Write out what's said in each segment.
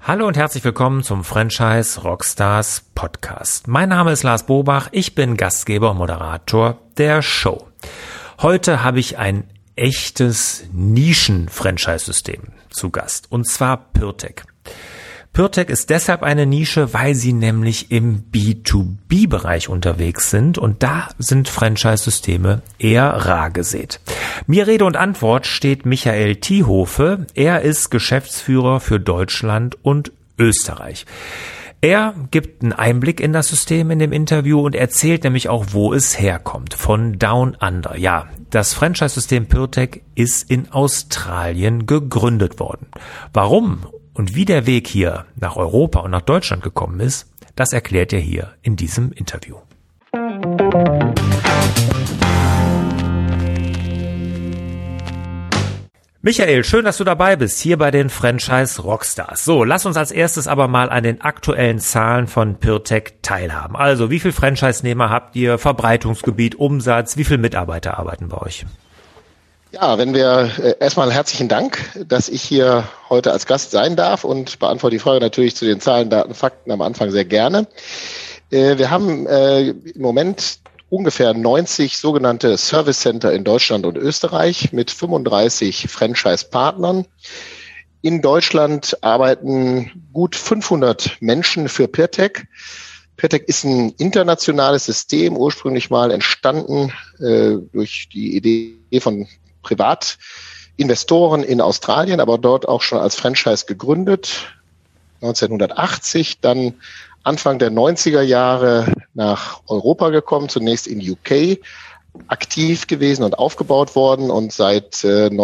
Hallo und herzlich willkommen zum Franchise Rockstars Podcast. Mein Name ist Lars Bobach, ich bin Gastgeber und Moderator der Show. Heute habe ich ein echtes Nischen-Franchise-System zu Gast, und zwar PureTech. PureTech ist deshalb eine Nische, weil sie nämlich im B2B-Bereich unterwegs sind, und da sind Franchise-Systeme eher rar gesät. Mir Rede und Antwort steht Michael Thiehofe. Er ist Geschäftsführer für Deutschland und Österreich. Er gibt einen Einblick in das System in dem Interview und erzählt nämlich auch, wo es herkommt. Von Down Under. Ja, das Franchise-System PureTech ist in Australien gegründet worden. Warum und wie der Weg hier nach Europa und nach Deutschland gekommen ist, das erklärt er hier in diesem Interview. Michael, schön, dass du dabei bist, hier bei den Franchise Rockstars. So, lass uns als erstes aber mal an den aktuellen Zahlen von PureTech teilhaben. Also, wie viel Franchise-Nehmer habt ihr, Verbreitungsgebiet, Umsatz, wie viele Mitarbeiter arbeiten bei euch? Ja, erstmal herzlichen Dank, dass ich hier heute als Gast sein darf, und beantworte die Frage natürlich zu den Zahlen, Daten, Fakten am Anfang sehr gerne. Wir haben im Moment ungefähr 90 sogenannte Service Center in Deutschland und Österreich mit 35 Franchise-Partnern. In Deutschland arbeiten gut 500 Menschen für PureTech. PureTech ist ein internationales System, ursprünglich mal entstanden durch die Idee von Privatinvestoren in Australien, aber dort auch schon als Franchise gegründet, 1980, dann Anfang der 90er Jahre nach Europa gekommen, zunächst in UK, aktiv gewesen und aufgebaut worden, und seit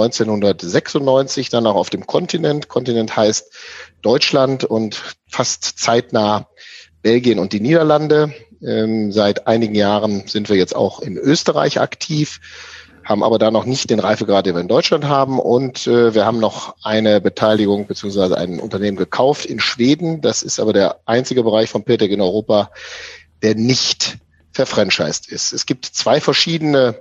1996 dann auch auf dem Kontinent. Kontinent heißt Deutschland und fast zeitnah Belgien und die Niederlande. Seit einigen Jahren sind wir jetzt auch in Österreich aktiv, haben aber da noch nicht den Reifegrad, den wir in Deutschland haben. Und wir haben noch eine Beteiligung bzw. ein Unternehmen gekauft in Schweden. Das ist aber der einzige Bereich von PureTech in Europa, der nicht verfranchised ist. Es gibt zwei verschiedene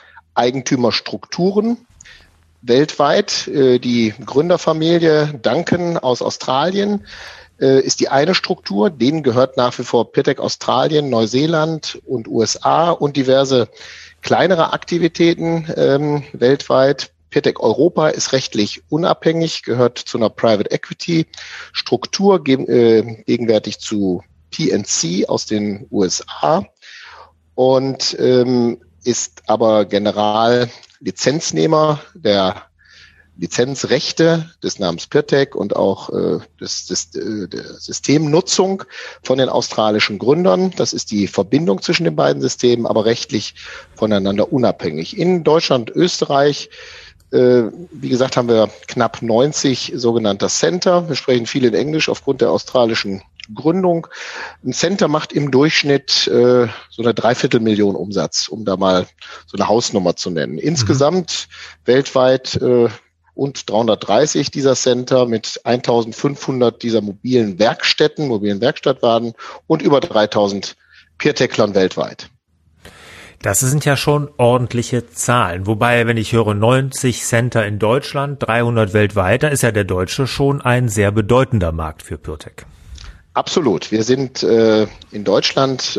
Eigentümerstrukturen weltweit. Die Gründerfamilie Duncan aus Australien ist die eine Struktur. Denen gehört nach wie vor PureTech Australien, Neuseeland und USA und diverse kleinere Aktivitäten weltweit. PureTech Europa ist rechtlich unabhängig, gehört zu einer Private Equity Struktur, gegenwärtig zu PNC aus den USA, und ist aber Generallizenznehmer der Lizenzrechte des Namens PureTech und auch der Systemnutzung von den australischen Gründern. Das ist die Verbindung zwischen den beiden Systemen, aber rechtlich voneinander unabhängig. In Deutschland, Österreich, wie gesagt, haben wir knapp 90 sogenannte Center. Wir sprechen viel in Englisch aufgrund der australischen Gründung. Ein Center macht im Durchschnitt so eine 250.000 Umsatz, um da mal so eine Hausnummer zu nennen. Insgesamt weltweit und 330 dieser Center mit 1.500 dieser mobilen Werkstattwagen und über 3.000 PureTechlern weltweit. Das sind ja schon ordentliche Zahlen. Wobei, wenn ich höre 90 Center in Deutschland, 300 weltweit, da ist ja der Deutsche schon ein sehr bedeutender Markt für PureTech. Absolut. Wir sind in Deutschland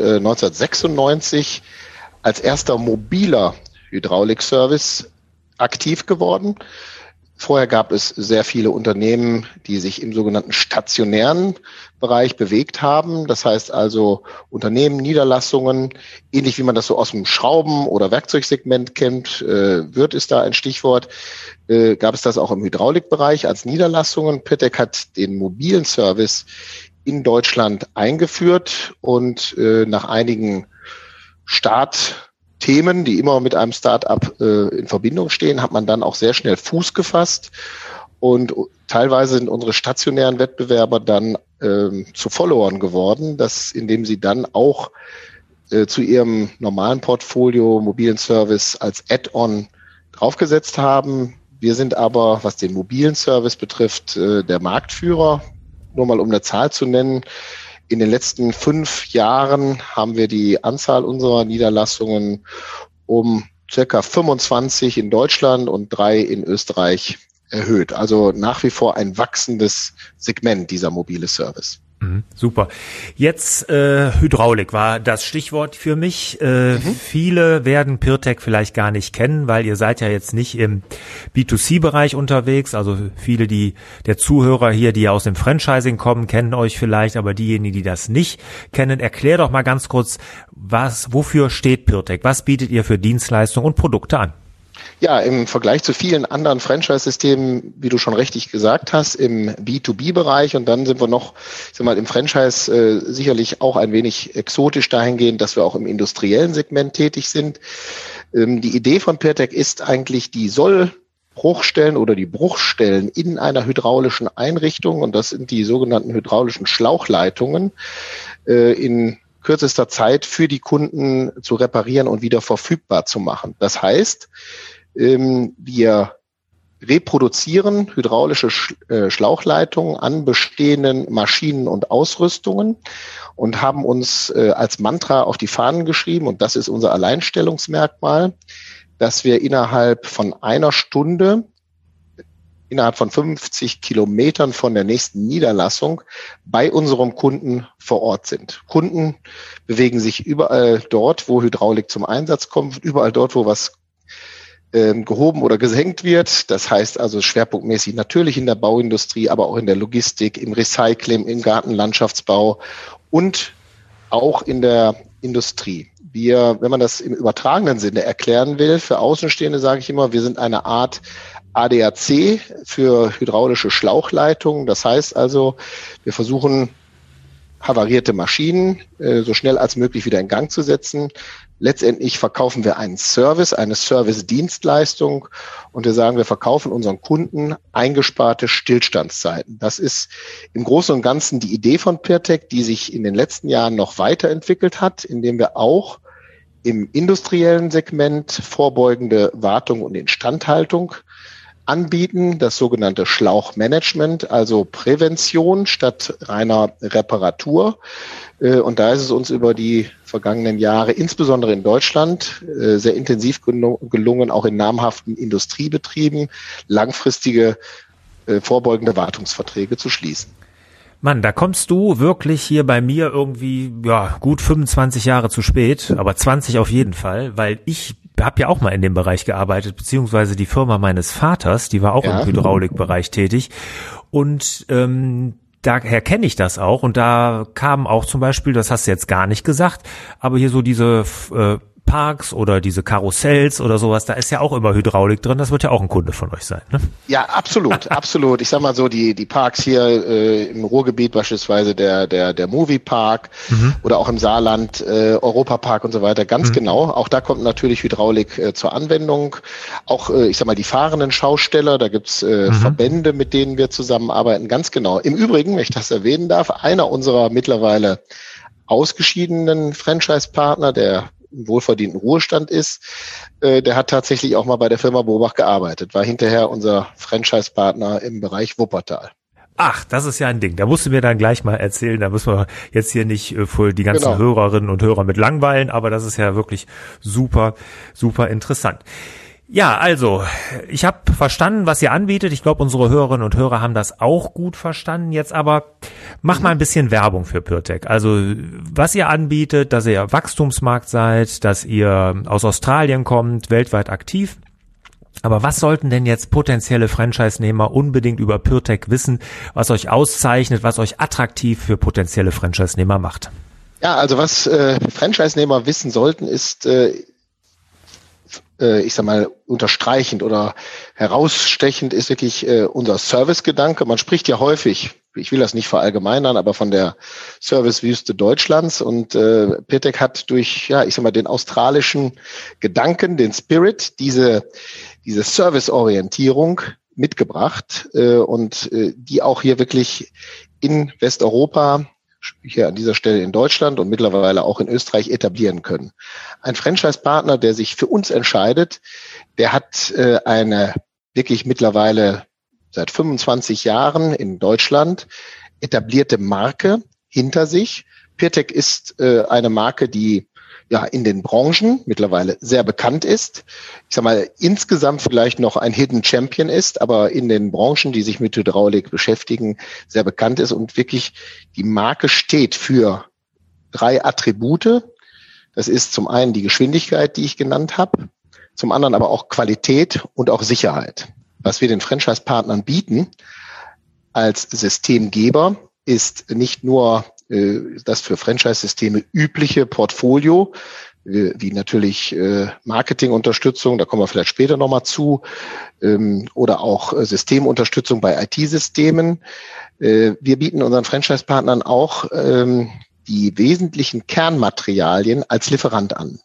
1996 als erster mobiler Hydraulikservice aktiv geworden. Vorher gab es sehr viele Unternehmen, die sich im sogenannten stationären Bereich bewegt haben. Das heißt also Unternehmen, Niederlassungen, ähnlich wie man das so aus dem Schrauben- oder Werkzeugsegment kennt, Würth ist da ein Stichwort, gab es das auch im Hydraulikbereich als Niederlassungen. PureTech hat den mobilen Service in Deutschland eingeführt, und nach einigen Startthemen, die immer mit einem Start-up in Verbindung stehen, hat man dann auch sehr schnell Fuß gefasst, und teilweise sind unsere stationären Wettbewerber dann zu Followern geworden, indem sie dann auch zu ihrem normalen Portfolio mobilen Service als Add-on draufgesetzt haben. Wir sind aber, was den mobilen Service betrifft, der Marktführer. Nur mal um eine Zahl zu nennen: In den letzten 5 Jahren haben wir die Anzahl unserer Niederlassungen um circa 25 in Deutschland und 3 in Österreich erhöht. Also nach wie vor ein wachsendes Segment, dieser mobile Service. Super. Jetzt Hydraulik war das Stichwort für mich. Viele werden Pirtek vielleicht gar nicht kennen, weil ihr seid ja jetzt nicht im B2C-Bereich unterwegs. Also viele der Zuhörer hier, die aus dem Franchising kommen, kennen euch vielleicht, aber diejenigen, die das nicht kennen, erklär doch mal ganz kurz, wofür steht Pirtek? Was bietet ihr für Dienstleistungen und Produkte an? Ja, im Vergleich zu vielen anderen Franchise-Systemen, wie du schon richtig gesagt hast, im B2B-Bereich, und dann sind wir noch, ich sag mal, im Franchise sicherlich auch ein wenig exotisch dahingehend, dass wir auch im industriellen Segment tätig sind. Die Idee von Pirtek ist eigentlich, die Sollbruchstellen oder die Bruchstellen in einer hydraulischen Einrichtung, und das sind die sogenannten hydraulischen Schlauchleitungen, in kürzester Zeit für die Kunden zu reparieren und wieder verfügbar zu machen. Das heißt, wir reproduzieren hydraulische Schlauchleitungen an bestehenden Maschinen und Ausrüstungen und haben uns als Mantra auf die Fahnen geschrieben, und das ist unser Alleinstellungsmerkmal, dass wir innerhalb von einer Stunde, innerhalb von 50 Kilometern von der nächsten Niederlassung bei unserem Kunden vor Ort sind. Kunden bewegen sich überall dort, wo Hydraulik zum Einsatz kommt, überall dort, wo was gehoben oder gesenkt wird. Das heißt also schwerpunktmäßig natürlich in der Bauindustrie, aber auch in der Logistik, im Recycling, im Gartenlandschaftsbau und auch in der Industrie. Wenn man das im übertragenen Sinne erklären will, für Außenstehende sage ich immer, wir sind eine Art ADAC für hydraulische Schlauchleitungen. Das heißt also, wir versuchen, havarierte Maschinen so schnell als möglich wieder in Gang zu setzen. Letztendlich verkaufen wir einen Service, eine Service-Dienstleistung, und wir sagen, wir verkaufen unseren Kunden eingesparte Stillstandszeiten. Das ist im Großen und Ganzen die Idee von Pirtek, die sich in den letzten Jahren noch weiterentwickelt hat, indem wir auch im industriellen Segment vorbeugende Wartung und Instandhaltung anbieten, das sogenannte Schlauchmanagement, also Prävention statt reiner Reparatur. Und da ist es uns über die vergangenen Jahre, insbesondere in Deutschland, sehr intensiv gelungen, auch in namhaften Industriebetrieben langfristige vorbeugende Wartungsverträge zu schließen. Mann, da kommst du wirklich hier bei mir irgendwie gut 25 Jahre zu spät, aber 20 auf jeden Fall, weil ich habe ja auch mal in dem Bereich gearbeitet, beziehungsweise die Firma meines Vaters, die war auch im Hydraulikbereich tätig, und daher kenne ich das auch, und da kamen auch zum Beispiel, das hast du jetzt gar nicht gesagt, aber hier so diese Parks oder diese Karussells oder sowas, da ist ja auch immer Hydraulik drin, das wird ja auch ein Kunde von euch sein, ne? Ja, absolut, absolut. Ich sag mal so, die Parks hier im Ruhrgebiet beispielsweise, der Moviepark oder auch im Saarland, Europapark und so weiter, ganz genau. Auch da kommt natürlich Hydraulik zur Anwendung. Auch, ich sag mal, die fahrenden Schausteller, da gibt's Verbände, mit denen wir zusammenarbeiten, ganz genau. Im Übrigen, wenn ich das erwähnen darf, einer unserer mittlerweile ausgeschiedenen Franchise-Partner, der im wohlverdienten Ruhestand ist, der hat tatsächlich auch mal bei der Firma Bobach gearbeitet, war hinterher unser Franchise-Partner im Bereich Wuppertal. Ach, das ist ja ein Ding. Da musst du mir dann gleich mal erzählen. Da müssen wir jetzt hier nicht für die ganzen Hörerinnen und Hörer mit langweilen, aber das ist ja wirklich super, super interessant. Ja, also, ich habe verstanden, was ihr anbietet. Ich glaube, unsere Hörerinnen und Hörer haben das auch gut verstanden. Jetzt aber mach mal ein bisschen Werbung für Pirtek. Also, was ihr anbietet, dass ihr Wachstumsmarkt seid, dass ihr aus Australien kommt, weltweit aktiv. Aber was sollten denn jetzt potenzielle Franchise-Nehmer unbedingt über Pirtek wissen, was euch auszeichnet, was euch attraktiv für potenzielle Franchise-Nehmer macht? Ja, also was Franchise-Nehmer wissen sollten, ist ich sag mal, unterstreichend oder herausstechend ist wirklich unser Servicegedanke. Man spricht ja häufig, ich will das nicht verallgemeinern, aber von der Servicewüste Deutschlands, und Pirtek hat durch, ich sag mal, den australischen Gedanken, den Spirit, diese Serviceorientierung mitgebracht und die auch hier wirklich in Westeuropa, hier an dieser Stelle in Deutschland und mittlerweile auch in Österreich etablieren können. Ein Franchise-Partner, der sich für uns entscheidet, der hat eine wirklich mittlerweile seit 25 Jahren in Deutschland etablierte Marke hinter sich. Pirtek ist eine Marke, die ja in den Branchen mittlerweile sehr bekannt ist. Ich sag mal, insgesamt vielleicht noch ein Hidden Champion ist, aber in den Branchen, die sich mit Hydraulik beschäftigen, sehr bekannt ist und wirklich die Marke steht für 3 Attribute. Das ist zum einen die Geschwindigkeit, die ich genannt habe, zum anderen aber auch Qualität und auch Sicherheit. Was wir den Franchise-Partnern bieten als Systemgeber ist nicht nur das für Franchise-Systeme übliche Portfolio, wie natürlich Marketingunterstützung, da kommen wir vielleicht später nochmal zu, oder auch Systemunterstützung bei IT-Systemen. Wir bieten unseren Franchise-Partnern auch die wesentlichen Kernmaterialien als Lieferant an.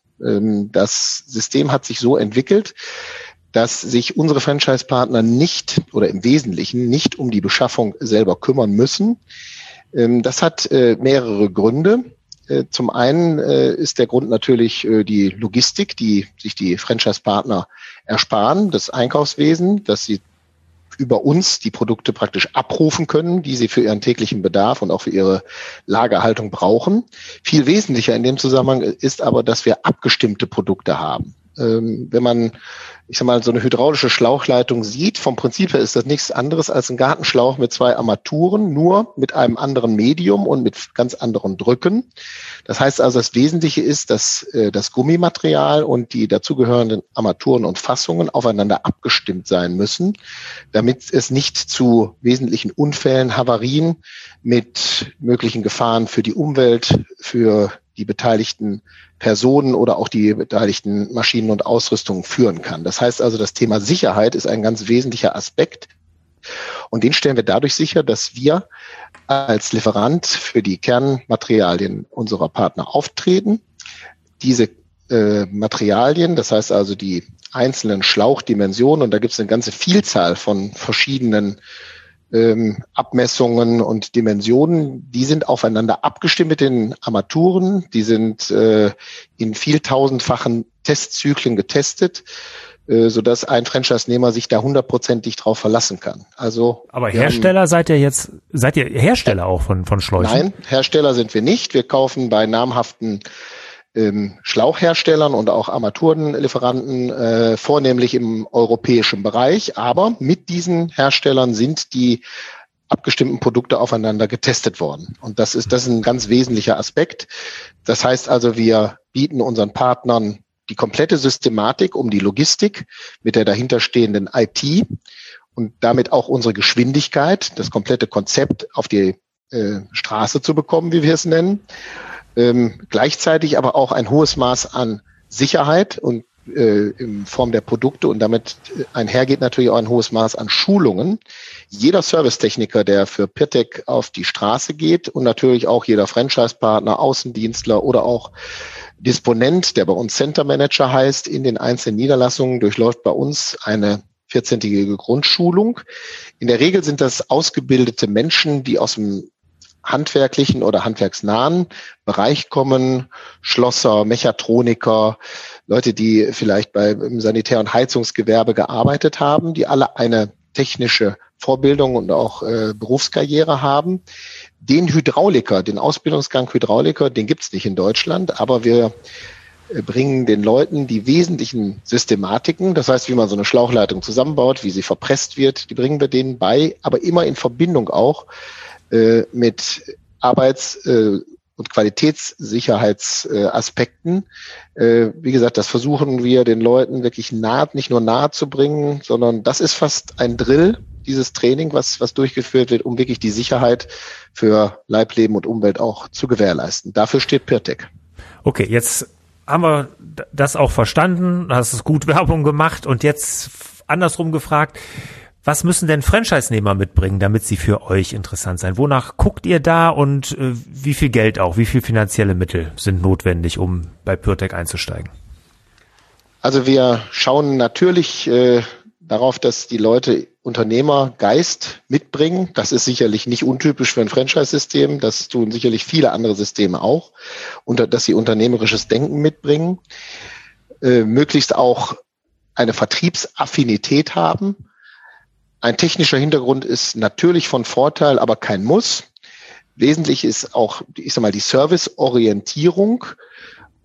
Das System hat sich so entwickelt, dass sich unsere Franchise-Partner nicht oder im Wesentlichen nicht um die Beschaffung selber kümmern müssen. Das hat mehrere Gründe. Zum einen ist der Grund natürlich die Logistik, die sich die Franchise-Partner ersparen, das Einkaufswesen, dass sie über uns die Produkte praktisch abrufen können, die sie für ihren täglichen Bedarf und auch für ihre Lagerhaltung brauchen. Viel wesentlicher in dem Zusammenhang ist aber, dass wir abgestimmte Produkte haben. Wenn man, ich sag mal, so eine hydraulische Schlauchleitung sieht, vom Prinzip her ist das nichts anderes als ein Gartenschlauch mit 2 Armaturen, nur mit einem anderen Medium und mit ganz anderen Drücken. Das heißt also, das Wesentliche ist, dass das Gummimaterial und die dazugehörenden Armaturen und Fassungen aufeinander abgestimmt sein müssen, damit es nicht zu wesentlichen Unfällen, Havarien mit möglichen Gefahren für die Umwelt, für die beteiligten Personen oder auch die beteiligten Maschinen und Ausrüstungen führen kann. Das heißt also, das Thema Sicherheit ist ein ganz wesentlicher Aspekt und den stellen wir dadurch sicher, dass wir als Lieferant für die Kernmaterialien unserer Partner auftreten. Diese Materialien, das heißt also die einzelnen Schlauchdimensionen, und da gibt es eine ganze Vielzahl von verschiedenen Abmessungen und Dimensionen, die sind aufeinander abgestimmt mit den Armaturen, die sind in vieltausendfachen Testzyklen getestet, sodass ein Franchise-Nehmer sich da 100%ig drauf verlassen kann. Also, aber Hersteller seid ihr Hersteller auch von Schläuchen? Nein, Hersteller sind wir nicht. Wir kaufen bei namhaften Schlauchherstellern und auch Armaturenlieferanten, vornehmlich im europäischen Bereich. Aber mit diesen Herstellern sind die abgestimmten Produkte aufeinander getestet worden. Und das ist ein ganz wesentlicher Aspekt. Das heißt also, wir bieten unseren Partnern die komplette Systematik um die Logistik mit der dahinterstehenden IT und damit auch unsere Geschwindigkeit, das komplette Konzept auf die Straße zu bekommen, wie wir es nennen. Gleichzeitig aber auch ein hohes Maß an Sicherheit und in Form der Produkte und damit einhergeht natürlich auch ein hohes Maß an Schulungen. Jeder Servicetechniker, der für Pirtek auf die Straße geht und natürlich auch jeder Franchise-Partner, Außendienstler oder auch Disponent, der bei uns Center Manager heißt, in den einzelnen Niederlassungen durchläuft bei uns eine 14-tägige Grundschulung. In der Regel sind das ausgebildete Menschen, die aus dem handwerklichen oder handwerksnahen Bereich kommen, Schlosser, Mechatroniker, Leute, die vielleicht im Sanitär- und Heizungsgewerbe gearbeitet haben, die alle eine technische Vorbildung und auch Berufskarriere haben. Den Hydrauliker, den Ausbildungsgang Hydrauliker, den gibt's nicht in Deutschland, aber wir bringen den Leuten die wesentlichen Systematiken, das heißt, wie man so eine Schlauchleitung zusammenbaut, wie sie verpresst wird, die bringen wir denen bei, aber immer in Verbindung auch mit Arbeits- und Qualitätssicherheitsaspekten. Wie gesagt, das versuchen wir den Leuten wirklich nicht nur nahe zu bringen, sondern das ist fast ein Drill, dieses Training, was durchgeführt wird, um wirklich die Sicherheit für Leib, Leben und Umwelt auch zu gewährleisten. Dafür steht Pirtek. Okay, jetzt haben wir das auch verstanden, hast es gut Werbung gemacht und jetzt andersrum gefragt, was müssen denn Franchise-Nehmer mitbringen, damit sie für euch interessant sein? Wonach guckt ihr da und wie viel Geld auch, wie viel finanzielle Mittel sind notwendig, um bei Pirtek einzusteigen? Also wir schauen natürlich darauf, dass die Leute Unternehmergeist mitbringen. Das ist sicherlich nicht untypisch für ein Franchise-System. Das tun sicherlich viele andere Systeme auch. Und dass sie unternehmerisches Denken mitbringen. Möglichst auch eine Vertriebsaffinität haben. Ein technischer Hintergrund ist natürlich von Vorteil, aber kein Muss. Wesentlich ist auch, ich sag mal, die Serviceorientierung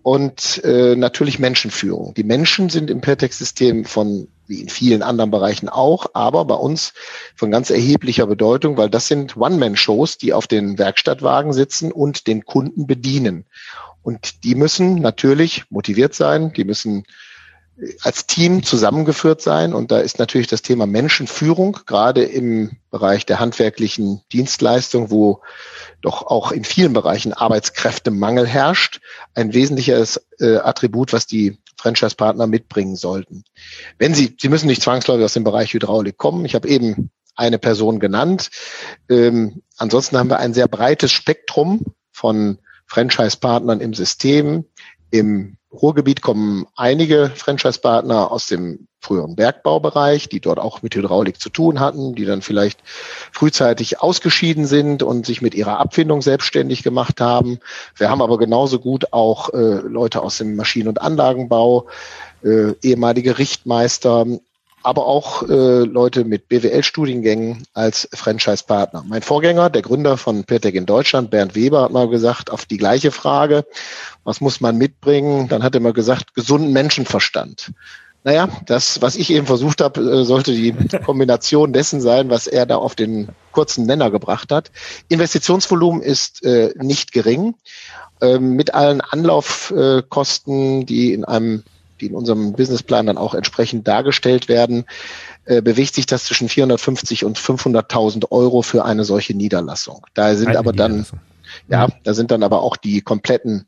und natürlich Menschenführung. Die Menschen sind im Pertex-System wie in vielen anderen Bereichen auch, aber bei uns von ganz erheblicher Bedeutung, weil das sind One-Man-Shows, die auf den Werkstattwagen sitzen und den Kunden bedienen. Und die müssen natürlich motiviert sein, die müssen als Team zusammengeführt sein. Und da ist natürlich das Thema Menschenführung, gerade im Bereich der handwerklichen Dienstleistung, wo doch auch in vielen Bereichen Arbeitskräftemangel herrscht, ein wesentliches Attribut, was die Franchise-Partner mitbringen sollten. Sie müssen nicht zwangsläufig aus dem Bereich Hydraulik kommen. Ich habe eben eine Person genannt. Ansonsten haben wir ein sehr breites Spektrum von Franchise-Partnern im System. Im Ruhrgebiet kommen einige Franchise-Partner aus dem früheren Bergbaubereich, die dort auch mit Hydraulik zu tun hatten, die dann vielleicht frühzeitig ausgeschieden sind und sich mit ihrer Abfindung selbstständig gemacht haben. Wir haben aber genauso gut auch Leute aus dem Maschinen- und Anlagenbau, ehemalige Richtmeister, aber auch Leute mit BWL-Studiengängen als Franchise-Partner. Mein Vorgänger, der Gründer von Pertec in Deutschland, Bernd Weber, hat mal gesagt, auf die gleiche Frage, was muss man mitbringen? Dann hat er mal gesagt, gesunden Menschenverstand. Naja, das, was ich eben versucht habe, sollte die Kombination dessen sein, was er da auf den kurzen Nenner gebracht hat. Investitionsvolumen ist nicht gering. Mit allen Anlaufkosten, die in unserem Businessplan dann auch entsprechend dargestellt werden, bewegt sich das zwischen 450 und 500.000 Euro für eine solche Niederlassung. Da sind aber dann, da sind dann aber auch die komplette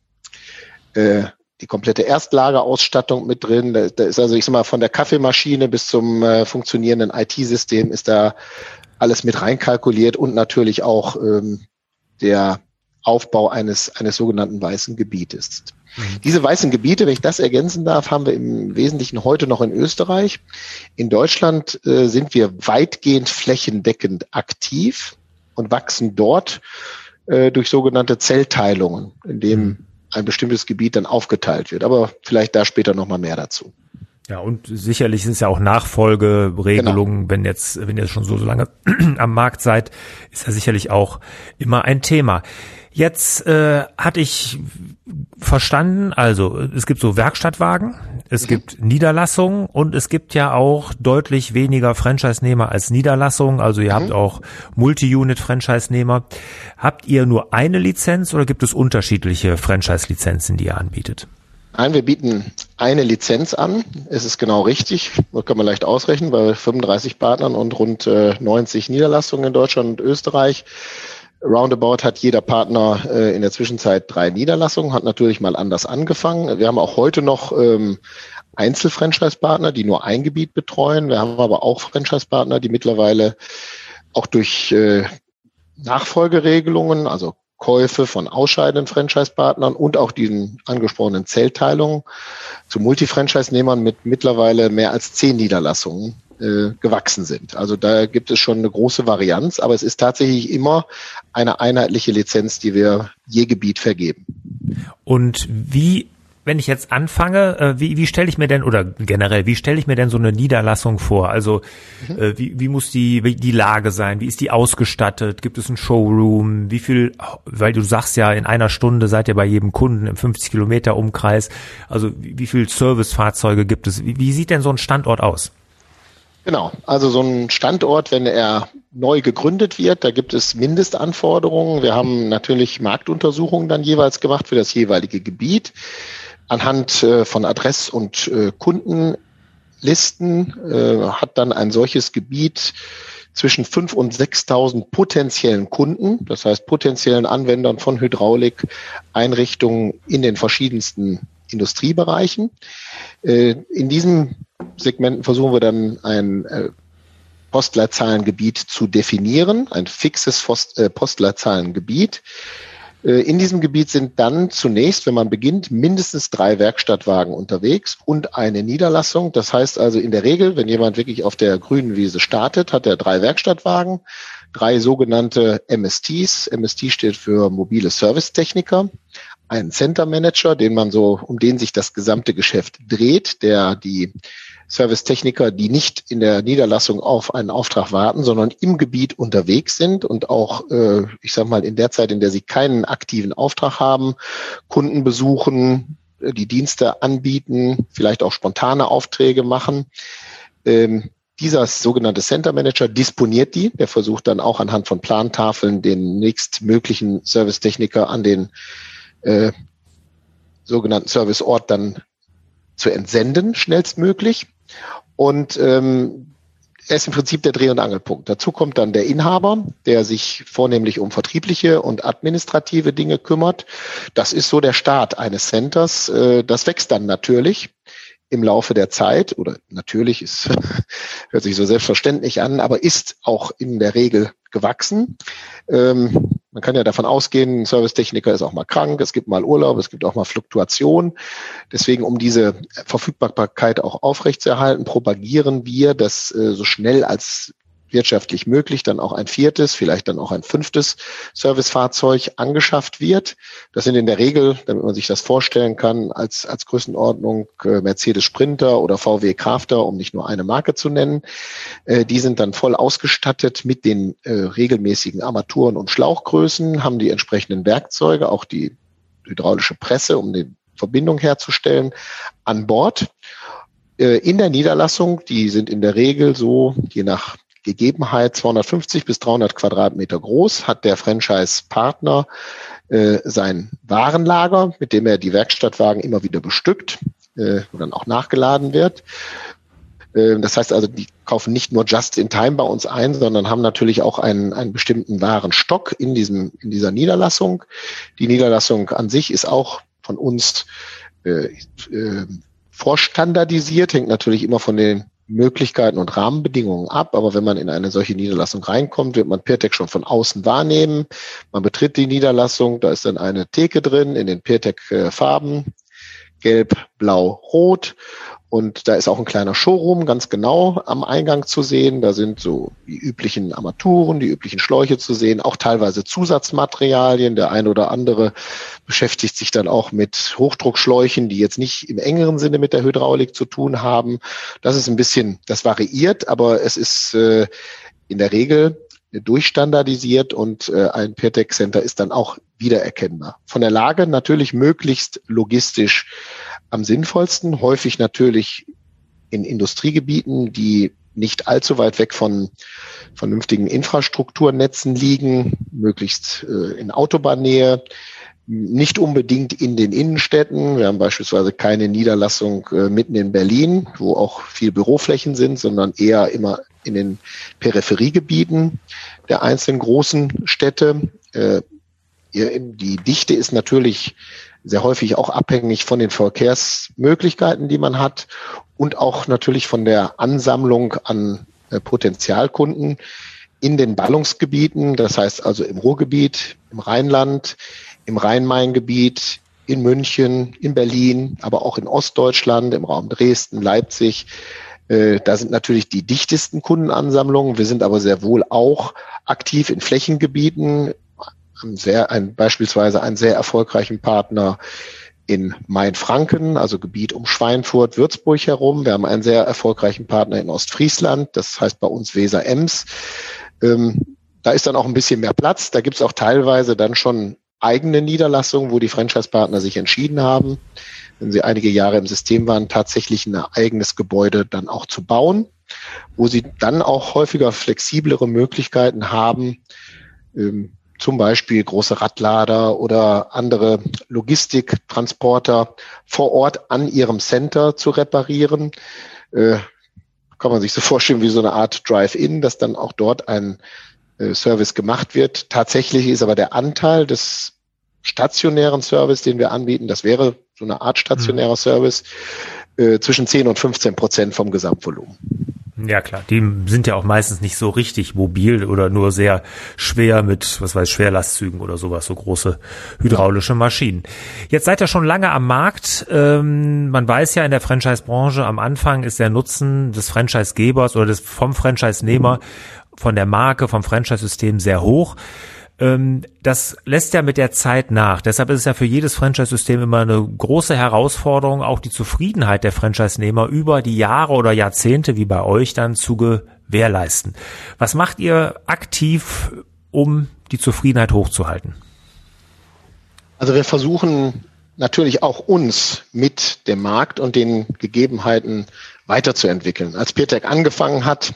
Erstlagerausstattung mit drin. Da ist also, ich sag mal, von der Kaffeemaschine bis zum funktionierenden IT-System ist da alles mit reinkalkuliert und natürlich auch der Aufbau eines sogenannten weißen Gebietes. Diese weißen Gebiete, wenn ich das ergänzen darf, haben wir im Wesentlichen heute noch in Österreich. In Deutschland sind wir weitgehend flächendeckend aktiv und wachsen dort durch sogenannte Zellteilungen, in dem ein bestimmtes Gebiet dann aufgeteilt wird. Aber vielleicht da später nochmal mehr dazu. Ja, und sicherlich sind es ja auch Nachfolgeregelungen, genau. Wenn ihr schon so lange am Markt seid, ist ja sicherlich auch immer ein Thema. Jetzt hatte ich verstanden, also es gibt so Werkstattwagen, es gibt Niederlassungen und es gibt ja auch deutlich weniger Franchise-Nehmer als Niederlassungen, also ihr habt auch Multi-Unit-Franchise-Nehmer. Habt ihr nur eine Lizenz oder gibt es unterschiedliche Franchise-Lizenzen, die ihr anbietet? Nein, wir bieten eine Lizenz an. Es ist genau richtig. Das kann man leicht ausrechnen, bei 35 Partnern und rund 90 Niederlassungen in Deutschland und Österreich. Roundabout hat jeder Partner in der Zwischenzeit 3 Niederlassungen, hat natürlich mal anders angefangen. Wir haben auch heute noch Einzel-Franchise-Partner, die nur ein Gebiet betreuen. Wir haben aber auch Franchise-Partner, die mittlerweile auch durch Nachfolgeregelungen, also Käufe von ausscheidenden Franchise-Partnern und auch diesen angesprochenen Zellteilungen zu Multi-Franchise-Nehmern mit mittlerweile mehr als 10 Niederlassungen gewachsen sind. Also da gibt es schon eine große Varianz, aber es ist tatsächlich immer eine einheitliche Lizenz, die wir je Gebiet vergeben. Und wenn ich jetzt anfange, wie stelle ich mir denn, oder generell, wie stelle ich mir denn so eine Niederlassung vor? Also wie muss die Lage sein? Wie ist die ausgestattet? Gibt es einen Showroom? Wie viel, weil du sagst ja, in einer Stunde seid ihr bei jedem Kunden im 50 Kilometer Umkreis. Also wie viel Servicefahrzeuge gibt es? Wie sieht denn so ein Standort aus? Genau, also so ein Standort, wenn er neu gegründet wird, da gibt es Mindestanforderungen. Wir haben natürlich Marktuntersuchungen dann jeweils gemacht für das jeweilige Gebiet. Anhand von Adress- und Kundenlisten hat dann ein solches Gebiet zwischen 5.000 und 6.000 potenziellen Kunden, das heißt potenziellen Anwendern von Hydraulik-Einrichtungen in den verschiedensten Industriebereichen. In diesen Segmenten versuchen wir dann ein Postleitzahlengebiet zu definieren, ein fixes Postleitzahlengebiet. In diesem Gebiet sind dann zunächst, wenn man beginnt, mindestens 3 Werkstattwagen unterwegs und eine Niederlassung. Das heißt also in der Regel, wenn jemand wirklich auf der grünen Wiese startet, hat er 3 Werkstattwagen, 3 sogenannte MSTs. MST steht für mobile Servicetechniker, einen Center Manager, um den sich das gesamte Geschäft dreht, der die Servicetechniker, die nicht in der Niederlassung auf einen Auftrag warten, sondern im Gebiet unterwegs sind und auch, ich sag mal, in der Zeit, in der sie keinen aktiven Auftrag haben, Kunden besuchen, die Dienste anbieten, vielleicht auch spontane Aufträge machen. Dieser sogenannte Center Manager disponiert die. Der versucht dann auch anhand von Plantafeln den nächstmöglichen Servicetechniker an den sogenannten Serviceort dann zu entsenden, schnellstmöglich. Und er ist im Prinzip der Dreh- und Angelpunkt. Dazu kommt dann der Inhaber, der sich vornehmlich um vertriebliche und administrative Dinge kümmert. Das ist so der Start eines Centers. Das wächst dann natürlich im Laufe der Zeit, oder natürlich ist, hört sich so selbstverständlich an, aber ist auch in der Regel gewachsen. Man kann ja davon ausgehen, ein Servicetechniker ist auch mal krank, es gibt mal Urlaub, es gibt auch mal Fluktuation. Deswegen, um diese Verfügbarkeit auch aufrechtzuerhalten, propagieren wir, dass so schnell als wirtschaftlich möglich dann auch ein 4., vielleicht dann auch ein 5. Servicefahrzeug angeschafft wird. Das sind in der Regel, damit man sich das vorstellen kann, als Größenordnung Mercedes Sprinter oder VW Crafter, um nicht nur eine Marke zu nennen. Die sind dann voll ausgestattet mit den regelmäßigen Armaturen und Schlauchgrößen, haben die entsprechenden Werkzeuge, auch die hydraulische Presse, um die Verbindung herzustellen, an Bord. In der Niederlassung, die sind in der Regel so, je nach Gegebenheit 250 bis 300 Quadratmeter groß, hat der Franchise-Partner sein Warenlager, mit dem er die Werkstattwagen immer wieder bestückt, wo dann auch nachgeladen wird. Das heißt also, die kaufen nicht nur just in time bei uns ein, sondern haben natürlich auch einen bestimmten Warenstock in dieser Niederlassung. Die Niederlassung an sich ist auch von uns vorstandardisiert, hängt natürlich immer von den Möglichkeiten und Rahmenbedingungen ab, aber wenn man in eine solche Niederlassung reinkommt, wird man Pirtek schon von außen wahrnehmen. Man betritt die Niederlassung, da ist dann eine Theke drin in den Pirtek-Farben, gelb, blau, rot, und da ist auch ein kleiner Showroom ganz genau am Eingang zu sehen. Da sind so die üblichen Armaturen, die üblichen Schläuche zu sehen, auch teilweise Zusatzmaterialien. Der eine oder andere beschäftigt sich dann auch mit Hochdruckschläuchen, die jetzt nicht im engeren Sinne mit der Hydraulik zu tun haben. Das ist ein bisschen, das variiert, aber es ist in der Regel durchstandardisiert und ein Pirtek Center ist dann auch wiedererkennbar. Von der Lage natürlich möglichst logistisch am sinnvollsten, häufig natürlich in Industriegebieten, die nicht allzu weit weg von vernünftigen Infrastrukturnetzen liegen, möglichst in Autobahnnähe, nicht unbedingt in den Innenstädten. Wir haben beispielsweise keine Niederlassung mitten in Berlin, wo auch viel Büroflächen sind, sondern eher immer in den Peripheriegebieten der einzelnen großen Städte. Die Dichte ist natürlich sehr häufig auch abhängig von den Verkehrsmöglichkeiten, die man hat, und auch natürlich von der Ansammlung an Potenzialkunden in den Ballungsgebieten, das heißt also im Ruhrgebiet, im Rheinland, im Rhein-Main-Gebiet, in München, in Berlin, aber auch in Ostdeutschland, im Raum Dresden, Leipzig. Da sind natürlich die dichtesten Kundenansammlungen. Wir sind aber sehr wohl auch aktiv in Flächengebieten, beispielsweise einen sehr erfolgreichen Partner in Mainfranken, also Gebiet um Schweinfurt, Würzburg herum. Wir haben einen sehr erfolgreichen Partner in Ostfriesland, das heißt bei uns Weser-Ems. Da ist dann auch ein bisschen mehr Platz. Da gibt es auch teilweise dann schon eigene Niederlassungen, wo die Franchise-Partner sich entschieden haben, wenn sie einige Jahre im System waren, tatsächlich ein eigenes Gebäude dann auch zu bauen, wo sie dann auch häufiger flexiblere Möglichkeiten haben, zum Beispiel große Radlader oder andere Logistiktransporter vor Ort an ihrem Center zu reparieren. Kann man sich so vorstellen wie so eine Art Drive-In, dass dann auch dort ein Service gemacht wird. Tatsächlich ist aber der Anteil des stationären Service, den wir anbieten, das wäre so eine Art stationärer Service, zwischen 10 und 15% vom Gesamtvolumen. Ja klar, die sind ja auch meistens nicht so richtig mobil oder nur sehr schwer mit, Schwerlastzügen oder sowas, so große hydraulische Maschinen. Jetzt seid ihr schon lange am Markt. Man weiß ja in der Franchise-Branche, am Anfang ist der Nutzen des Franchise-Gebers oder vom Franchise-Nehmer, von der Marke, vom Franchise-System sehr hoch. Das lässt ja mit der Zeit nach. Deshalb ist es ja für jedes Franchise-System immer eine große Herausforderung, auch die Zufriedenheit der Franchise-Nehmer über die Jahre oder Jahrzehnte wie bei euch dann zu gewährleisten. Was macht ihr aktiv, um die Zufriedenheit hochzuhalten? Also wir versuchen natürlich auch uns mit dem Markt und den Gegebenheiten weiterzuentwickeln. Als PeerTech angefangen hat,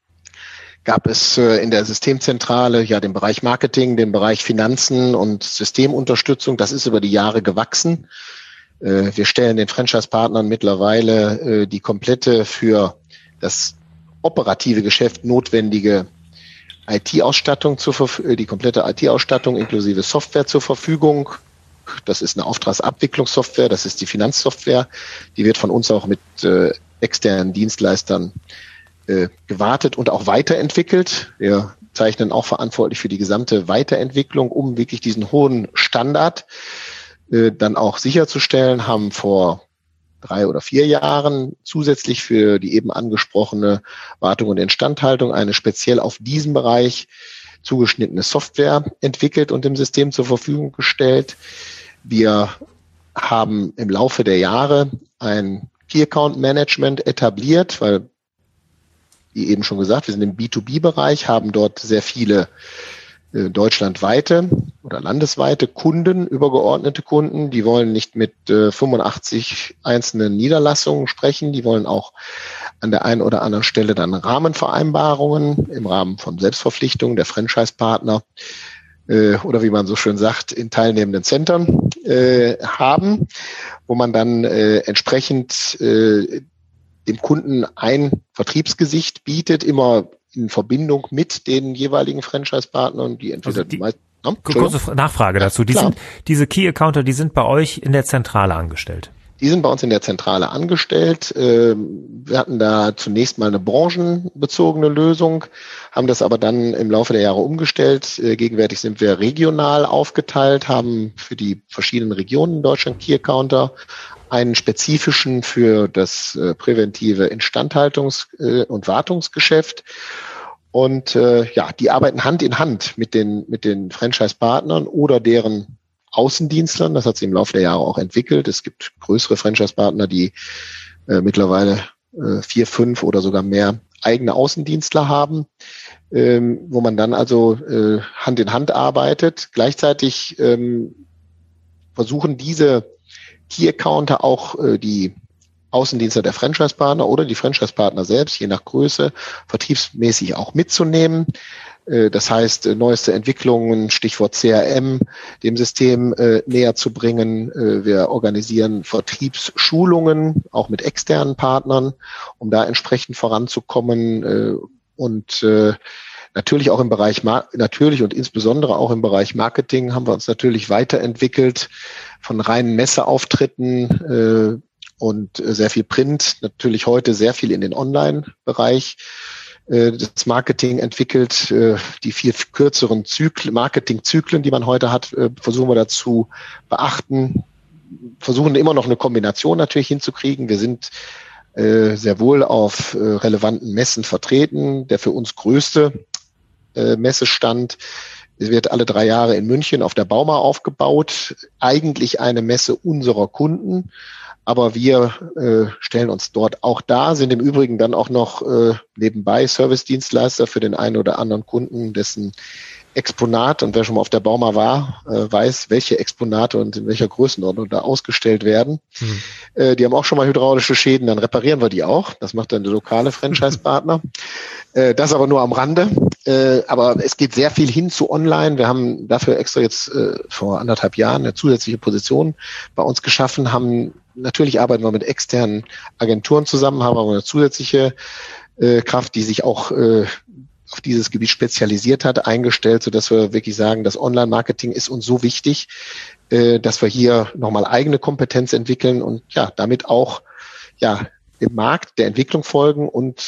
gab es in der Systemzentrale ja den Bereich Marketing, den Bereich Finanzen und Systemunterstützung. Das ist über die Jahre gewachsen. Wir stellen den Franchise-Partnern mittlerweile die komplette für das operative Geschäft notwendige IT-Ausstattung die komplette IT-Ausstattung inklusive Software zur Verfügung. Das ist eine Auftragsabwicklungssoftware, das ist die Finanzsoftware. Die wird von uns auch mit externen Dienstleistern gewartet und auch weiterentwickelt. Wir zeichnen auch verantwortlich für die gesamte Weiterentwicklung, um wirklich diesen hohen Standard dann auch sicherzustellen, haben vor 3 oder 4 Jahren zusätzlich für die eben angesprochene Wartung und Instandhaltung eine speziell auf diesen Bereich zugeschnittene Software entwickelt und dem System zur Verfügung gestellt. Wir haben im Laufe der Jahre ein Key Account Management etabliert, weil, wie eben schon gesagt, wir sind im B2B-Bereich, haben dort sehr viele deutschlandweite oder landesweite Kunden, übergeordnete Kunden. Die wollen nicht mit 85 einzelnen Niederlassungen sprechen. Die wollen auch an der einen oder anderen Stelle dann Rahmenvereinbarungen im Rahmen von Selbstverpflichtungen der Franchise-Partner oder wie man so schön sagt, in teilnehmenden Centern haben, wo man dann entsprechend dem Kunden ein Vertriebsgesicht bietet, immer in Verbindung mit den jeweiligen Franchise-Partnern, die entweder kurze Nachfrage dazu. Diese Key-Accounter, die sind bei euch in der Zentrale angestellt? Die sind bei uns in der Zentrale angestellt. Wir hatten da zunächst mal eine branchenbezogene Lösung, haben das aber dann im Laufe der Jahre umgestellt. Gegenwärtig sind wir regional aufgeteilt, haben für die verschiedenen Regionen in Deutschland Key-Accounter, einen spezifischen für das präventive Instandhaltungs- und Wartungsgeschäft. Und die arbeiten Hand in Hand mit den Franchise-Partnern oder deren Außendienstlern. Das hat sich im Laufe der Jahre auch entwickelt. Es gibt größere Franchise-Partner, die mittlerweile 4, 5 oder sogar mehr eigene Außendienstler haben, wo man dann also Hand in Hand arbeitet. Gleichzeitig versuchen diese Key-Accounter auch die Außendienstler der Franchise-Partner oder die Franchise-Partner selbst, je nach Größe, vertriebsmäßig auch mitzunehmen. Das heißt, neueste Entwicklungen, Stichwort CRM, dem System näher zu bringen. Wir organisieren Vertriebsschulungen, auch mit externen Partnern, um da entsprechend voranzukommen. Und natürlich auch im Bereich, natürlich und insbesondere auch im Bereich Marketing haben wir uns natürlich weiterentwickelt, von reinen Messeauftritten und sehr viel Print, natürlich heute sehr viel in den Online-Bereich. Das Marketing entwickelt, die viel kürzeren Marketingzyklen, die man heute hat, versuchen wir dazu beachten, versuchen immer noch eine Kombination natürlich hinzukriegen. Wir sind sehr wohl auf relevanten Messen vertreten. Der für uns größte Messestand wird alle 3 Jahre in München auf der Bauma aufgebaut. Eigentlich eine Messe unserer Kunden. Aber wir stellen uns dort auch dar, sind im Übrigen dann auch noch nebenbei Servicedienstleister für den einen oder anderen Kunden, dessen Exponat, und wer schon mal auf der Bauma war, weiß, welche Exponate und in welcher Größenordnung da ausgestellt werden. Die haben auch schon mal hydraulische Schäden, dann reparieren wir die auch. Das macht dann der lokale Franchise-Partner. Das aber nur am Rande. Aber es geht sehr viel hin zu Online. Wir haben dafür extra jetzt vor 1,5 Jahren eine zusätzliche Position bei uns geschaffen, natürlich arbeiten wir mit externen Agenturen zusammen, haben aber eine zusätzliche Kraft, die sich auch auf dieses Gebiet spezialisiert hat, eingestellt, sodass wir wirklich sagen, das Online-Marketing ist uns so wichtig, dass wir hier nochmal eigene Kompetenz entwickeln und ja, damit auch dem Markt der Entwicklung folgen und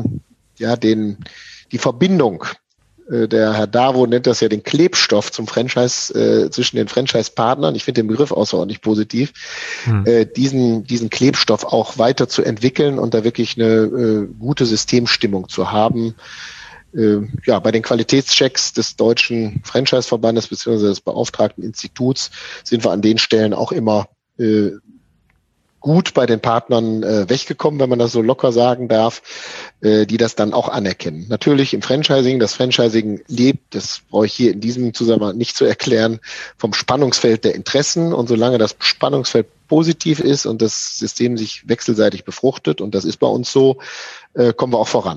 die Verbindung. Der Herr Davo nennt das ja den Klebstoff zum Franchise, zwischen den Franchise-Partnern. Ich finde den Begriff außerordentlich positiv. Diesen Klebstoff auch weiter zu entwickeln und da wirklich eine gute Systemstimmung zu haben. Bei den Qualitätschecks des Deutschen Franchise-Verbandes bzw. des beauftragten Instituts sind wir an den Stellen auch immer gut bei den Partnern weggekommen, wenn man das so locker sagen darf, die das dann auch anerkennen. Natürlich im Franchising, das Franchising lebt, das brauche ich hier in diesem Zusammenhang nicht zu erklären, vom Spannungsfeld der Interessen, und solange das Spannungsfeld positiv ist und das System sich wechselseitig befruchtet, und das ist bei uns so, kommen wir auch voran.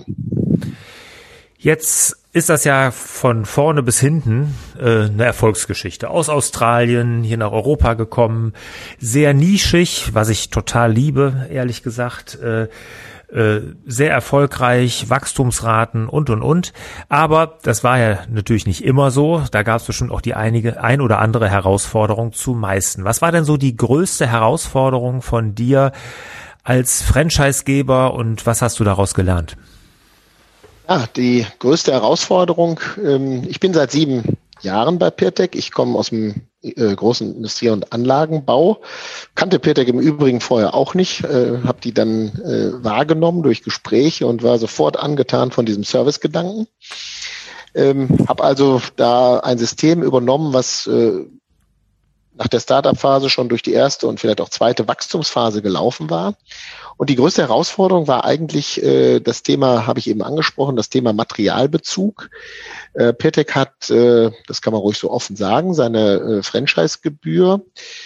Jetzt ist das ja von vorne bis hinten eine Erfolgsgeschichte. Aus Australien hier nach Europa gekommen, sehr nischig, was ich total liebe, ehrlich gesagt, sehr erfolgreich, Wachstumsraten und. Aber das war ja natürlich nicht immer so. Da gab es bestimmt auch die ein oder andere Herausforderung zu meisten. Was war denn so die größte Herausforderung von dir als Franchisegeber und was hast du daraus gelernt? Ja, die größte Herausforderung, ich bin seit 7 Jahren bei Pirtek. Ich komme aus dem großen Industrie- und Anlagenbau, kannte Pirtek im Übrigen vorher auch nicht, habe die dann wahrgenommen durch Gespräche und war sofort angetan von diesem Servicegedanken. Habe also da ein System übernommen, was nach der Startup-Phase schon durch die erste und vielleicht auch zweite Wachstumsphase gelaufen war. Und die größte Herausforderung war eigentlich das Thema, habe ich eben angesprochen, das Thema Materialbezug. Pirtek hat, das kann man ruhig so offen sagen, seine Franchise-Gebühr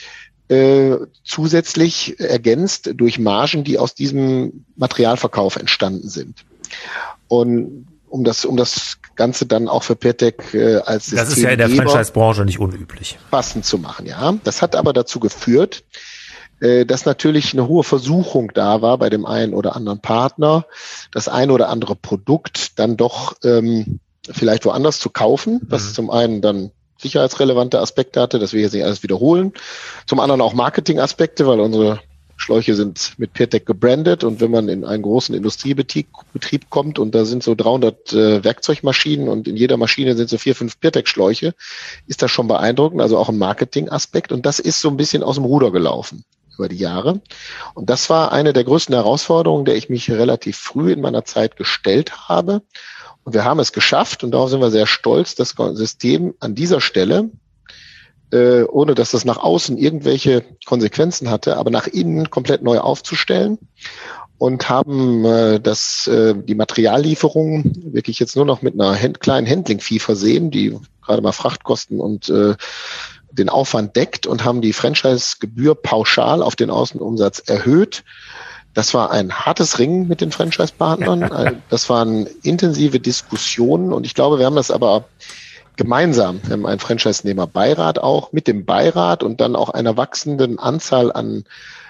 zusätzlich ergänzt durch Margen, die aus diesem Materialverkauf entstanden sind. Und um das Ganze dann auch für Pirtek als Systemgeber, das ist ja in der Franchise-Branche nicht unüblich, passend zu machen, ja. Das hat aber dazu geführt, dass natürlich eine hohe Versuchung da war bei dem einen oder anderen Partner, das ein oder andere Produkt dann doch vielleicht woanders zu kaufen, was zum einen dann sicherheitsrelevante Aspekte hatte, dass wir jetzt nicht alles wiederholen, zum anderen auch Marketingaspekte, weil unsere Schläuche sind mit Pirtek gebrandet, und wenn man in einen großen Industriebetrieb kommt und da sind so 300 Werkzeugmaschinen und in jeder Maschine sind so 4, 5 Pirtek-Schläuche, ist das schon beeindruckend, also auch ein Marketingaspekt, und das ist so ein bisschen aus dem Ruder gelaufen über die Jahre. Und das war eine der größten Herausforderungen, der ich mich relativ früh in meiner Zeit gestellt habe. Und wir haben es geschafft, und darauf sind wir sehr stolz, das System an dieser Stelle, ohne dass das nach außen irgendwelche Konsequenzen hatte, aber nach innen komplett neu aufzustellen, und haben die Materiallieferungen wirklich jetzt nur noch mit einer kleinen Handling-Fee versehen, die gerade mal Frachtkosten und den Aufwand deckt, und haben die Franchise-Gebühr pauschal auf den Außenumsatz erhöht. Das war ein hartes Ringen mit den Franchise-Partnern. Das waren intensive Diskussionen, und ich glaube, wir haben das aber gemeinsam, wir haben einen Franchise-Nehmer-Beirat auch, mit dem Beirat und dann auch einer wachsenden Anzahl an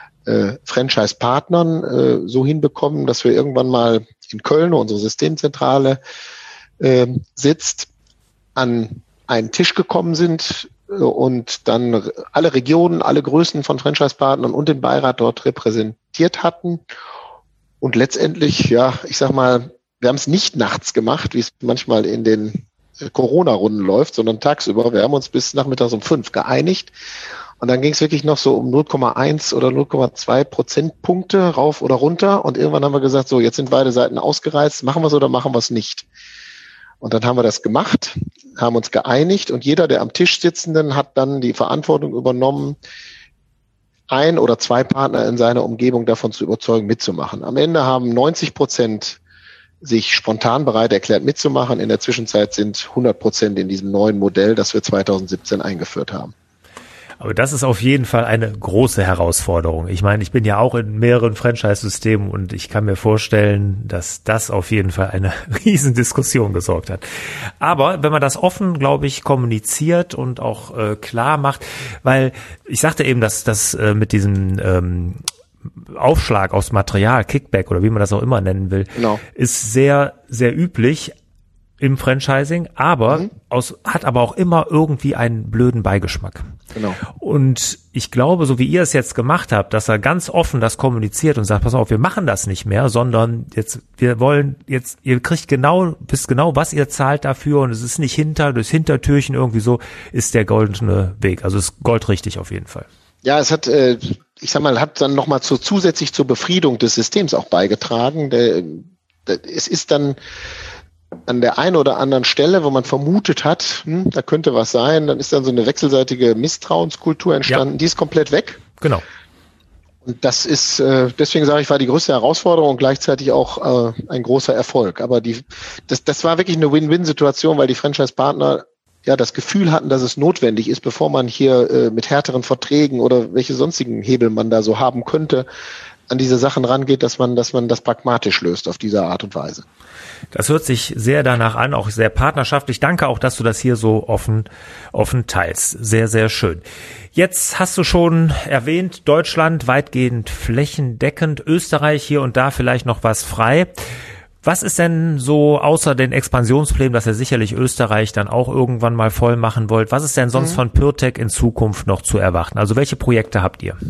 Franchise-Partnern so hinbekommen, dass wir irgendwann mal in Köln, wo unsere Systemzentrale sitzt, an einen Tisch gekommen sind und dann alle Regionen, alle Größen von Franchise-Partnern und den Beirat dort repräsentiert hatten. Und letztendlich, ja, ich sag mal, wir haben es nicht nachts gemacht, wie es manchmal in den Corona-Runden läuft, sondern tagsüber. Wir haben uns bis nachmittags um 5 geeinigt. Und dann ging es wirklich noch so um 0,1 oder 0,2 Prozentpunkte rauf oder runter. Und irgendwann haben wir gesagt, so, jetzt sind beide Seiten ausgereizt, machen wir es oder machen wir es nicht. Und dann haben wir das gemacht, haben uns geeinigt, und jeder der am Tisch Sitzenden hat dann die Verantwortung übernommen, 1 oder 2 Partner in seiner Umgebung davon zu überzeugen, mitzumachen. Am Ende haben 90% sich spontan bereit erklärt, mitzumachen. In der Zwischenzeit sind 100% in diesem neuen Modell, das wir 2017 eingeführt haben. Aber das ist auf jeden Fall eine große Herausforderung. Ich meine, ich bin ja auch in mehreren Franchise-Systemen, und ich kann mir vorstellen, dass das auf jeden Fall eine riesen Diskussion gesorgt hat. Aber wenn man das offen, glaube ich, kommuniziert und auch klar macht, weil ich sagte eben, dass das mit diesem Aufschlag aus Material, Kickback oder wie man das auch immer nennen will, genau, ist sehr, sehr üblich im Franchising, aber hat aber auch immer irgendwie einen blöden Beigeschmack. Genau. Und ich glaube, so wie ihr es jetzt gemacht habt, dass er ganz offen das kommuniziert und sagt, pass auf, wir machen das nicht mehr, sondern ihr wisst genau, was ihr zahlt dafür, und es ist nicht durchs Hintertürchen irgendwie so, ist der goldene Weg. Also ist goldrichtig auf jeden Fall. Ja, es hat, ich sag mal, hat dann nochmal zusätzlich zur Befriedung des Systems auch beigetragen. Es ist dann an der einen oder anderen Stelle, wo man vermutet hat, da könnte was sein, dann ist dann so eine wechselseitige Misstrauenskultur entstanden, ja. Die ist komplett weg. Genau. Und das ist, deswegen sage ich, war die größte Herausforderung und gleichzeitig auch ein großer Erfolg. Aber das war wirklich eine Win-Win-Situation, weil die Franchise-Partner ja das Gefühl hatten, dass es notwendig ist, bevor man hier mit härteren Verträgen oder welche sonstigen Hebel man da so haben könnte, an diese Sachen rangeht, dass man das pragmatisch löst auf diese Art und Weise. Das hört sich sehr danach an, auch sehr partnerschaftlich. Danke auch, dass du das hier so offen teilst. Sehr, sehr schön. Jetzt hast du schon erwähnt, Deutschland weitgehend flächendeckend, Österreich hier und da vielleicht noch was frei. Was ist denn so außer den Expansionsplänen, dass ihr sicherlich Österreich dann auch irgendwann mal voll machen wollt, was ist denn sonst von PureTech in Zukunft noch zu erwarten? Also welche Projekte habt ihr?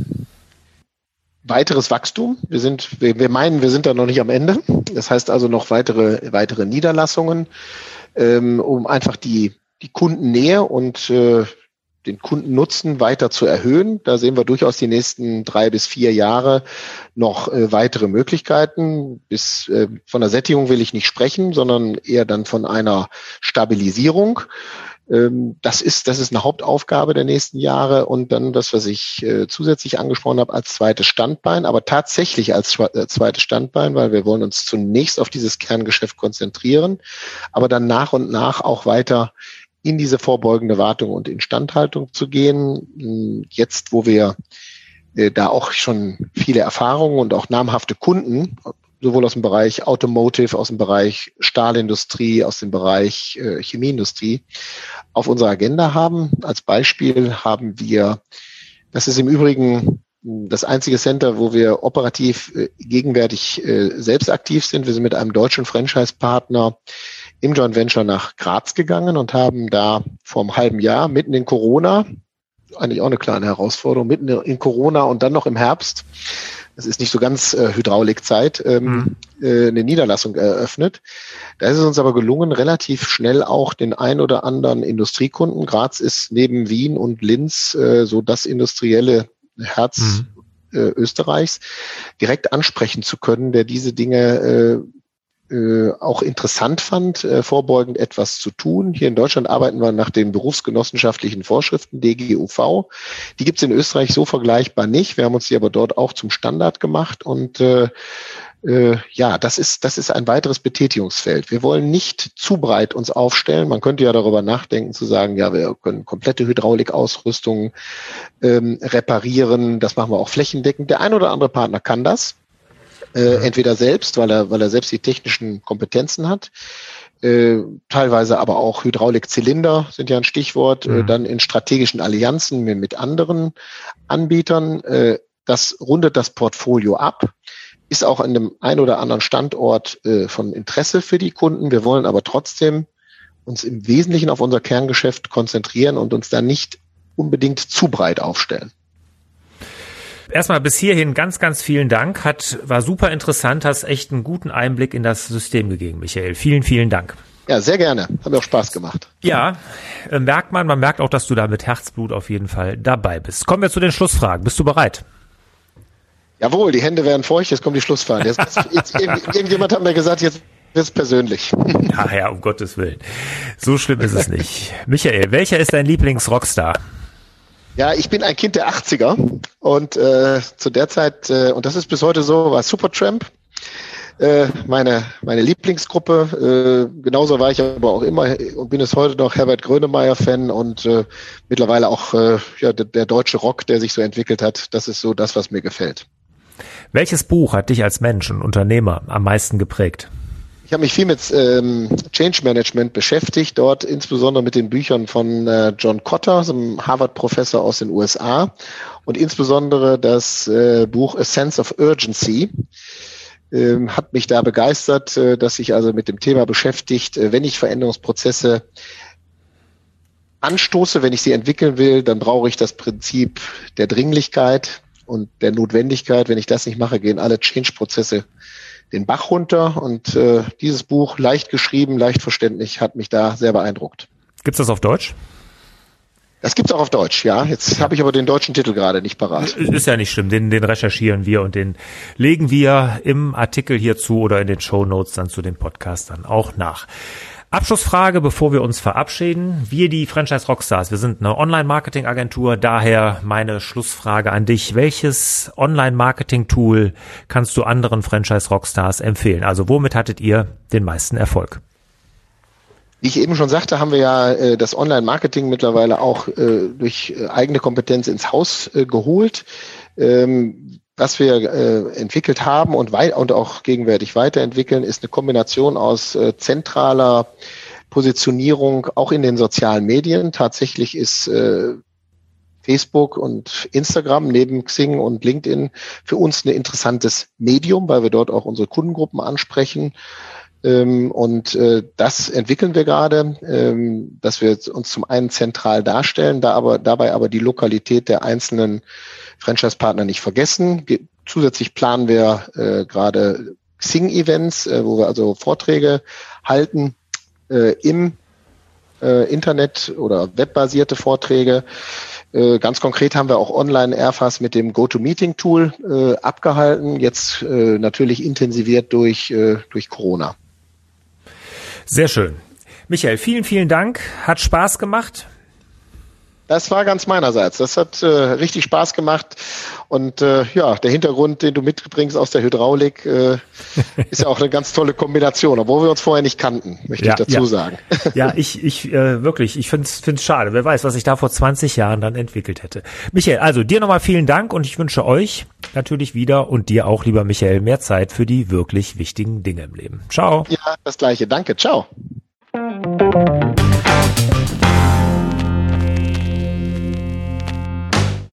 Weiteres Wachstum. Wir meinen, wir sind da noch nicht am Ende. Das heißt also noch weitere Niederlassungen, um einfach die Kundennähe und den Kundennutzen weiter zu erhöhen. Da sehen wir durchaus die nächsten 3 bis 4 Jahre noch weitere Möglichkeiten. Von der Sättigung will ich nicht sprechen, sondern eher dann von einer Stabilisierung. Das ist eine Hauptaufgabe der nächsten Jahre und dann das, was ich zusätzlich angesprochen habe, als zweites Standbein, aber tatsächlich als zweites Standbein, weil wir wollen uns zunächst auf dieses Kerngeschäft konzentrieren, aber dann nach und nach auch weiter in diese vorbeugende Wartung und Instandhaltung zu gehen. Jetzt, wo wir da auch schon viele Erfahrungen und auch namhafte Kunden sowohl aus dem Bereich Automotive, aus dem Bereich Stahlindustrie, aus dem Bereich Chemieindustrie auf unserer Agenda haben. Als Beispiel haben wir, das ist im Übrigen das einzige Center, wo wir operativ gegenwärtig selbst aktiv sind. Wir sind mit einem deutschen Franchise-Partner im Joint Venture nach Graz gegangen und haben da vor einem halben Jahr mitten in Corona, eigentlich auch eine kleine Herausforderung, mitten in Corona und dann noch im Herbst, es ist nicht so ganz Hydraulikzeit, eine Niederlassung eröffnet. Da ist es uns aber gelungen, relativ schnell auch den ein oder anderen Industriekunden, Graz ist neben Wien und Linz so das industrielle Herz Österreichs, direkt ansprechen zu können, der diese Dinge auch interessant fand, vorbeugend etwas zu tun. Hier in Deutschland arbeiten wir nach den berufsgenossenschaftlichen Vorschriften DGUV. Die gibt es in Österreich so vergleichbar nicht. Wir haben uns die aber dort auch zum Standard gemacht und das ist ein weiteres Betätigungsfeld. Wir wollen nicht zu breit uns aufstellen. Man könnte ja darüber nachdenken zu sagen, ja, wir können komplette Hydraulikausrüstung reparieren. Das machen wir auch flächendeckend. Der ein oder andere Partner kann das. Entweder selbst, weil er selbst die technischen Kompetenzen hat, teilweise aber auch Hydraulikzylinder sind ja ein Stichwort, dann in strategischen Allianzen mit anderen Anbietern. Das rundet das Portfolio ab, ist auch an dem ein oder anderen Standort von Interesse für die Kunden. Wir wollen aber trotzdem uns im Wesentlichen auf unser Kerngeschäft konzentrieren und uns da nicht unbedingt zu breit aufstellen. Erstmal bis hierhin ganz, ganz vielen Dank. War super interessant, hast echt einen guten Einblick in das System gegeben, Michael. Vielen, vielen Dank. Ja, sehr gerne. Hat mir auch Spaß gemacht. Ja, man merkt auch, dass du da mit Herzblut auf jeden Fall dabei bist. Kommen wir zu den Schlussfragen. Bist du bereit? Jawohl, die Hände werden feucht, jetzt kommen die Schlussfragen. Irgendjemand hat mir gesagt, jetzt wird's persönlich. Ach ja, um Gottes Willen. So schlimm ist es nicht. Michael, welcher ist dein Lieblings-Rockstar? Ja, ich bin ein Kind der 80er und zu der Zeit, und das ist bis heute so, war Supertramp meine Lieblingsgruppe. Genauso war ich aber auch immer und bin es heute noch Herbert Grönemeyer-Fan und mittlerweile auch der deutsche Rock, der sich so entwickelt hat. Das ist so das, was mir gefällt. Welches Buch hat dich als Mensch und Unternehmer am meisten geprägt? Ich habe mich viel mit Change Management beschäftigt, dort insbesondere mit den Büchern von John Kotter, einem Harvard-Professor aus den USA, und insbesondere das Buch A Sense of Urgency hat mich da begeistert, dass sich also mit dem Thema beschäftigt, wenn ich Veränderungsprozesse anstoße, wenn ich sie entwickeln will, dann brauche ich das Prinzip der Dringlichkeit und der Notwendigkeit. Wenn ich das nicht mache, gehen alle Change-Prozesse den Bach runter, und dieses Buch, leicht geschrieben, leicht verständlich, hat mich da sehr beeindruckt. Gibt's das auf Deutsch? Das gibt's auch auf Deutsch, ja. Jetzt habe ich aber den deutschen Titel gerade nicht parat. Ist ja nicht schlimm, den recherchieren wir und den legen wir im Artikel hierzu oder in den Shownotes dann zu dem Podcast dann auch nach. Abschlussfrage, bevor wir uns verabschieden. Wir, die Franchise Rockstars, wir sind eine Online-Marketing-Agentur, daher meine Schlussfrage an dich. Welches Online-Marketing-Tool kannst du anderen Franchise Rockstars empfehlen? Also womit hattet ihr den meisten Erfolg? Wie ich eben schon sagte, haben wir ja das Online-Marketing mittlerweile auch durch eigene Kompetenz ins Haus geholt. Was wir entwickelt haben und auch gegenwärtig weiterentwickeln, ist eine Kombination aus zentraler Positionierung auch in den sozialen Medien. Tatsächlich ist Facebook und Instagram neben Xing und LinkedIn für uns ein interessantes Medium, weil wir dort auch unsere Kundengruppen ansprechen. Und das entwickeln wir gerade, dass wir uns zum einen zentral darstellen, dabei aber die Lokalität der einzelnen Franchise-Partner nicht vergessen. Zusätzlich planen wir gerade Xing-Events, wo wir also Vorträge halten im Internet oder webbasierte Vorträge. Ganz konkret haben wir auch Online-Airfast mit dem GoToMeeting-Tool abgehalten, jetzt natürlich intensiviert durch Corona. Sehr schön. Michael, vielen, vielen Dank. Hat Spaß gemacht. Das war ganz meinerseits. Das hat richtig Spaß gemacht. Und ja, der Hintergrund, den du mitbringst aus der Hydraulik, ist ja auch eine ganz tolle Kombination, obwohl wir uns vorher nicht kannten, möchte ich dazu sagen. Ja, ich wirklich, ich find's schade. Wer weiß, was ich da vor 20 Jahren dann entwickelt hätte. Michael, also dir nochmal vielen Dank und ich wünsche euch natürlich wieder und dir auch, lieber Michael, mehr Zeit für die wirklich wichtigen Dinge im Leben. Ciao. Ja, das Gleiche. Danke. Ciao.